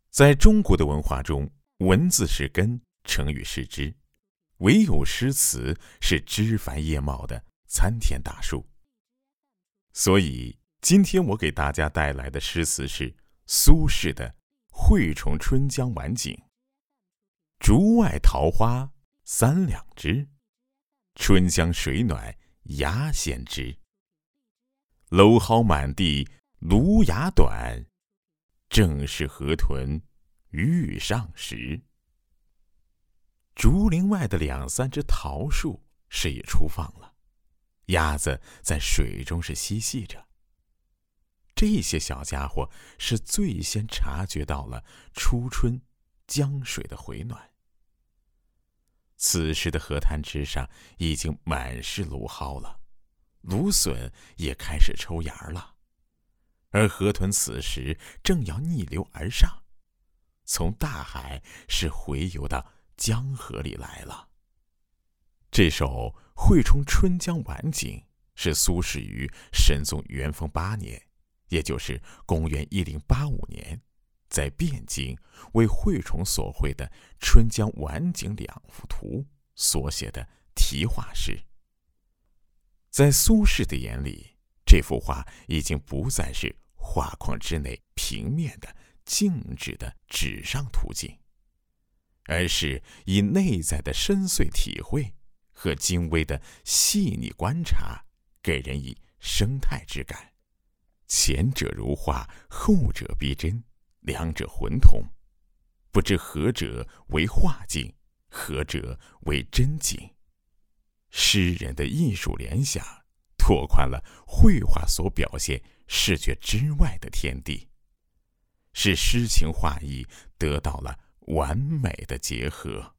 在中国的文化中，文字是根，成语是枝，唯有诗词是枝繁叶茂的参天大树。所以今天我给大家带来的诗词是苏轼的《惠崇春江晚景》。竹外桃花三两枝，春江水暖鸭先知。蒌蒿满地芦芽短，正是河豚欲上时。竹林外的两三只桃树是也初放了，鸭子在水中是嬉戏着。这些小家伙是最先察觉到了初春江水的回暖。此时的河滩之上已经满是芦蒿了，芦笋也开始抽芽了，而河豚此时正要逆流而上，从大海是回游到江河里来了。这首《惠崇春江晚景》是苏轼于神宗元丰8年，也就是公元1085年，在汴京为惠崇所绘的《春江晚景》2幅图所写的题画诗。在苏轼的眼里，这幅画已经不再是画框之内平面的静止的纸上图景，而是以内在的深邃体会和精微的细腻观察，给人以生态之感。前者如画，后者逼真，两者混同，不知何者为画境，何者为真景。诗人的艺术联想拓宽了绘画所表现视觉之外的天地，使诗情画意得到了完美的结合。